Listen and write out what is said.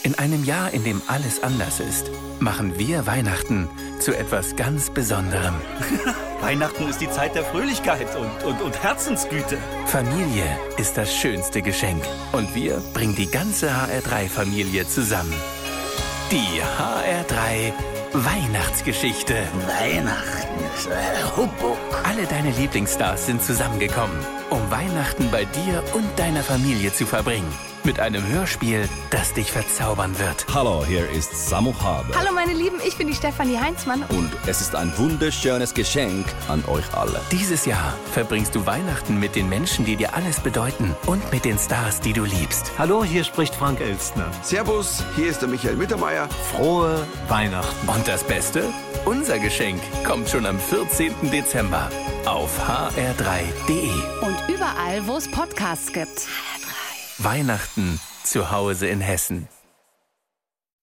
In einem Jahr, in dem alles anders ist, machen wir Weihnachten zu etwas ganz Besonderem. Weihnachten ist die Zeit der Fröhlichkeit und Herzensgüte. Familie ist das schönste Geschenk. Und wir bringen die ganze HR3-Familie zusammen. Die HR3 Weihnachtsgeschichte. Weihnachten ist Humbug. Alle deine Lieblingsstars sind zusammengekommen, um Weihnachten bei dir und deiner Familie zu verbringen. Mit einem Hörspiel, das dich verzaubern wird. Hallo, hier ist Samu Haber. Hallo meine Lieben, ich bin die Stefanie Heinzmann. Und es ist ein wunderschönes Geschenk an euch alle. Dieses Jahr verbringst du Weihnachten mit den Menschen, die dir alles bedeuten und mit den Stars, die du liebst. Hallo, hier spricht Frank Elstner. Servus, hier ist der Michael Mittermeier. Frohe Weihnachten. Und das Beste? Unser Geschenk kommt schon am 14. Dezember auf hr3.de. Und überall, wo es Podcasts gibt. Weihnachten zu Hause in Hessen.